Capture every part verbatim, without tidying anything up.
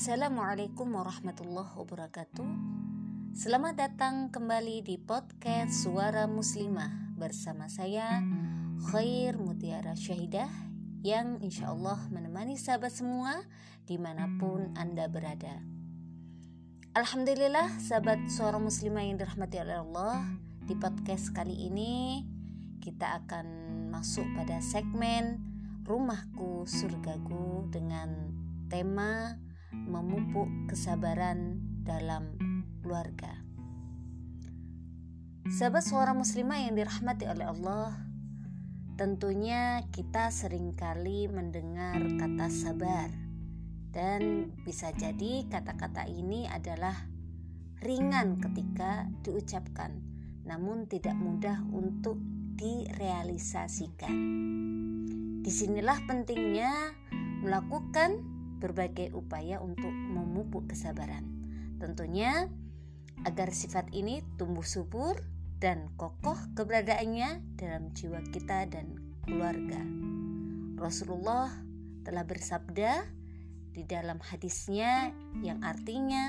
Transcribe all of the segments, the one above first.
Assalamualaikum warahmatullahi wabarakatuh. Selamat datang kembali di podcast Suara Muslimah bersama saya Khair Mutiara Syahidah yang insya Allah menemani sahabat semua dimanapun Anda berada. Alhamdulillah sahabat Suara Muslimah yang dirahmati oleh Allah, di podcast kali ini kita akan masuk pada segmen Rumahku Surgaku dengan tema memupuk kesabaran dalam keluarga. Sahabat Suara Muslimah yang dirahmati oleh Allah, tentunya kita seringkali mendengar kata sabar, dan bisa jadi kata-kata ini adalah ringan ketika diucapkan, namun tidak mudah untuk direalisasikan. Disinilah pentingnya melakukan berbagai upaya untuk memupuk kesabaran. Tentunya agar sifat ini tumbuh subur dan kokoh keberadaannya dalam jiwa kita dan keluarga. Rasulullah telah bersabda di dalam hadisnya yang artinya,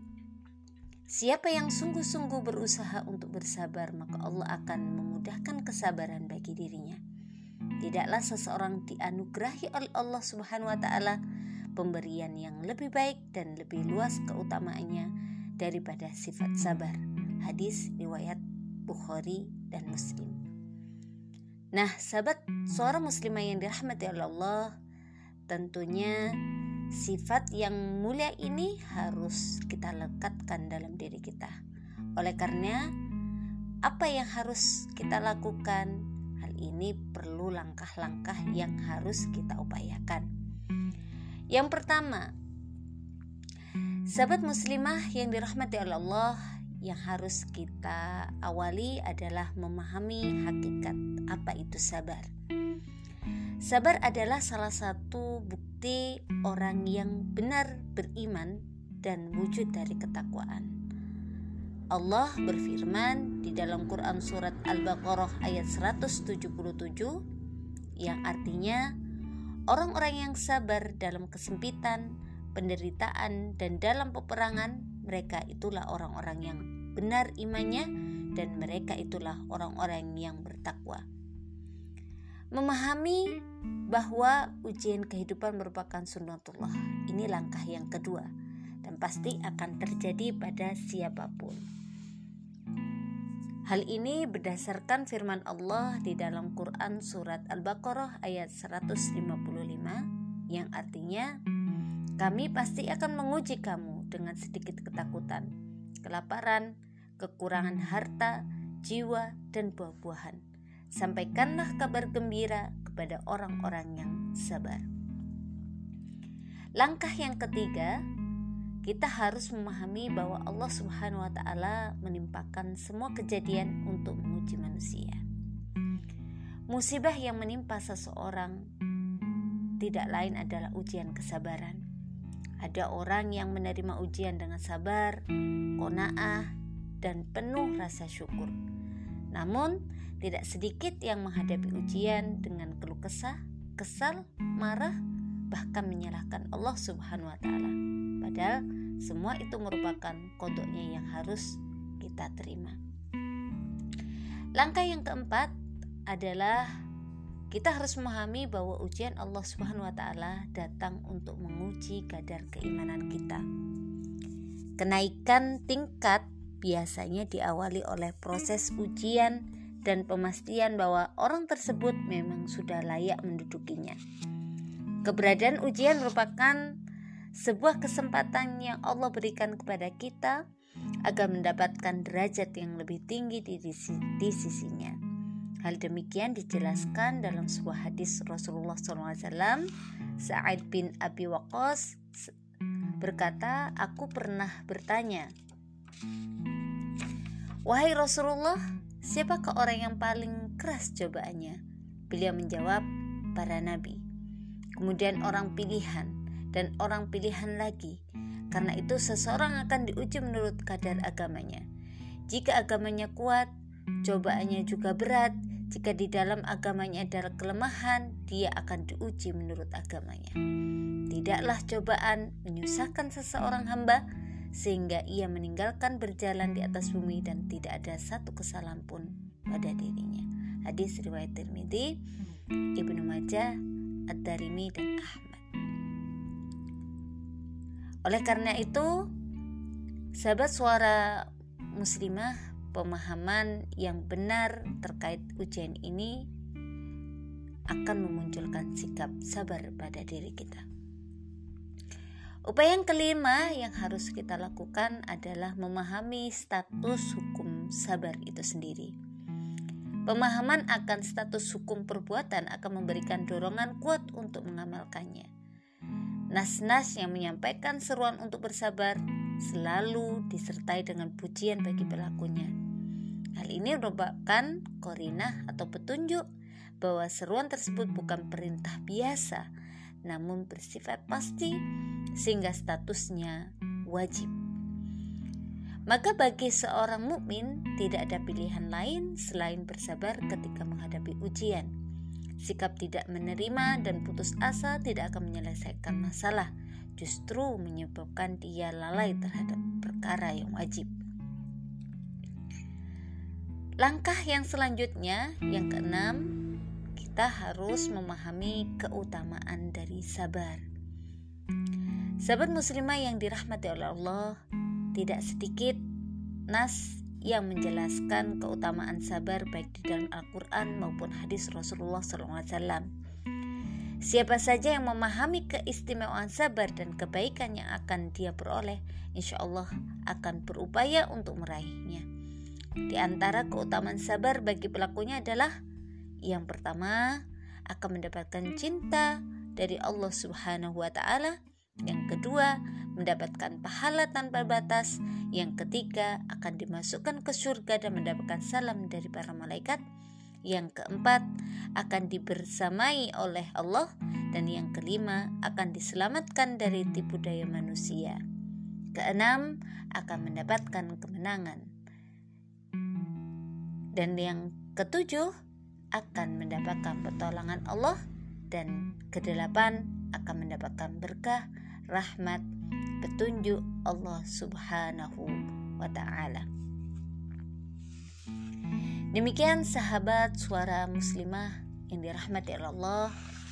siapa yang sungguh-sungguh berusaha untuk bersabar, maka Allah akan memudahkan kesabaran bagi dirinya. Tidaklah seseorang dianugerahi oleh Allah Subhanahu wa taala pemberian yang lebih baik dan lebih luas keutamaannya daripada sifat sabar. Hadis riwayat Bukhari dan Muslim. Nah, sahabat Suara Muslimah yang dirahmati oleh Allah, tentunya sifat yang mulia ini harus kita lekatkan dalam diri kita. Oleh karena apa yang harus kita lakukan? Hal ini perlu langkah-langkah yang harus kita upayakan. Yang pertama, sahabat muslimah yang dirahmati oleh Allah, yang harus kita awali adalah memahami hakikat apa itu sabar. Sabar adalah salah satu bukti orang yang benar beriman dan wujud dari ketakwaan. Allah berfirman di dalam Quran surat Al-Baqarah ayat seratus tujuh puluh tujuh yang artinya, orang-orang yang sabar dalam kesempitan, penderitaan, dan dalam peperangan, mereka itulah orang-orang yang benar imannya dan mereka itulah orang-orang yang bertakwa. Memahami bahwa ujian kehidupan merupakan sunnatullah, ini langkah yang kedua dan pasti akan terjadi pada siapapun. Hal ini berdasarkan firman Allah di dalam Quran surat Al-Baqarah ayat seratus lima puluh lima yang artinya, kami pasti akan menguji kamu dengan sedikit ketakutan, kelaparan, kekurangan harta, jiwa, dan buah-buahan. Sampaikanlah kabar gembira kepada orang-orang yang sabar. Langkah yang ketiga, kita harus memahami bahwa Allah Subhanahu wa taala menimpakan semua kejadian untuk menguji manusia. Musibah yang menimpa seseorang tidak lain adalah ujian kesabaran. Ada orang yang menerima ujian dengan sabar, qanaah, dan penuh rasa syukur. Namun, tidak sedikit yang menghadapi ujian dengan keluh kesah, kesal, marah, bahkan menyalahkan Allah Subhanahu wa taala. Padahal semua itu merupakan qadanya yang harus kita terima. Langkah yang keempat adalah kita harus memahami bahwa ujian Allah Subhanahu wa taala datang untuk menguji kadar keimanan kita. Kenaikan tingkat biasanya diawali oleh proses ujian dan pemastian bahwa orang tersebut memang sudah layak mendudukinya. Keberadaan ujian merupakan sebuah kesempatan yang Allah berikan kepada kita agar mendapatkan derajat yang lebih tinggi di, di, di sisinya. Hal demikian dijelaskan dalam sebuah hadis Rasulullah shallallahu alaihi wasallam. Sa'id bin Abi Waqqas berkata, aku pernah bertanya, wahai Rasulullah, siapakah orang yang paling keras cobaannya? Beliau menjawab, para nabi, kemudian orang pilihan, dan orang pilihan lagi. Karena itu seseorang akan diuji menurut kadar agamanya. Jika agamanya kuat, cobaannya juga berat. Jika di dalam agamanya ada kelemahan, dia akan diuji menurut agamanya. Tidaklah cobaan menyusahkan seseorang hamba sehingga ia meninggalkan berjalan di atas bumi dan tidak ada satu kesalahan pun pada dirinya. Hadis riwayat Tirmidzi, Ibnu Majah, Ad-Darimi dan Ahmad. Oleh karena itu, sahabat suara muslimah, pemahaman yang benar terkait ujian ini akan memunculkan sikap sabar pada diri kita. Upaya yang kelima yang harus kita lakukan adalah memahami status hukum sabar itu sendiri. Pemahaman akan status hukum perbuatan akan memberikan dorongan kuat untuk mengamalkannya. Nas-nas yang menyampaikan seruan untuk bersabar selalu disertai dengan pujian bagi pelakunya. Hal ini merupakan qarinah atau petunjuk bahwa seruan tersebut bukan perintah biasa, namun bersifat pasti sehingga statusnya wajib. Maka bagi seorang mukmin tidak ada pilihan lain selain bersabar ketika menghadapi ujian. Sikap tidak menerima dan putus asa tidak akan menyelesaikan masalah, justru menyebabkan dia lalai terhadap perkara yang wajib. Langkah yang selanjutnya, yang keenam, kita harus memahami keutamaan dari sabar. Sahabat muslimah yang dirahmati oleh Allah, tidak sedikit nas yang menjelaskan keutamaan sabar baik di dalam Al-Quran maupun hadis Rasulullah shallallahu alaihi wasallam. Siapa saja yang memahami keistimewaan sabar dan kebaikan yang akan dia peroleh, insya Allah akan berupaya untuk meraihnya. Di antara keutamaan sabar bagi pelakunya adalah yang pertama, akan mendapatkan cinta dari Allah Subhanahu wa Ta'ala. Yang kedua, mendapatkan pahala tanpa batas. Yang ketiga, akan dimasukkan ke surga dan mendapatkan salam dari para malaikat. Yang keempat, akan dibersamai oleh Allah. Dan yang kelima, akan diselamatkan dari tipu daya manusia. Keenam, akan mendapatkan kemenangan. Dan yang ketujuh, akan mendapatkan pertolongan Allah. Dan kedelapan, akan mendapatkan berkah, rahmat, petunjuk Allah Subhanahu wa Ta'ala. Demikian sahabat suara muslimah yang dirahmati Allah.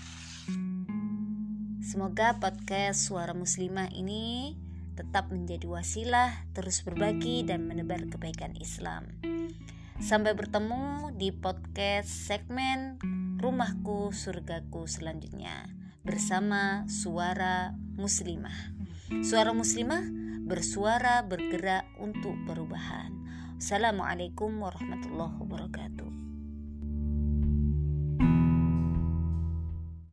Semoga podcast suara muslimah ini tetap menjadi wasilah terus berbagi dan menebar kebaikan Islam. Sampai bertemu di podcast segmen Rumahku Surgaku selanjutnya bersama Suara Muslimah. Suara Muslimah bersuara bergerak untuk perubahan. Assalamualaikum warahmatullahi wabarakatuh.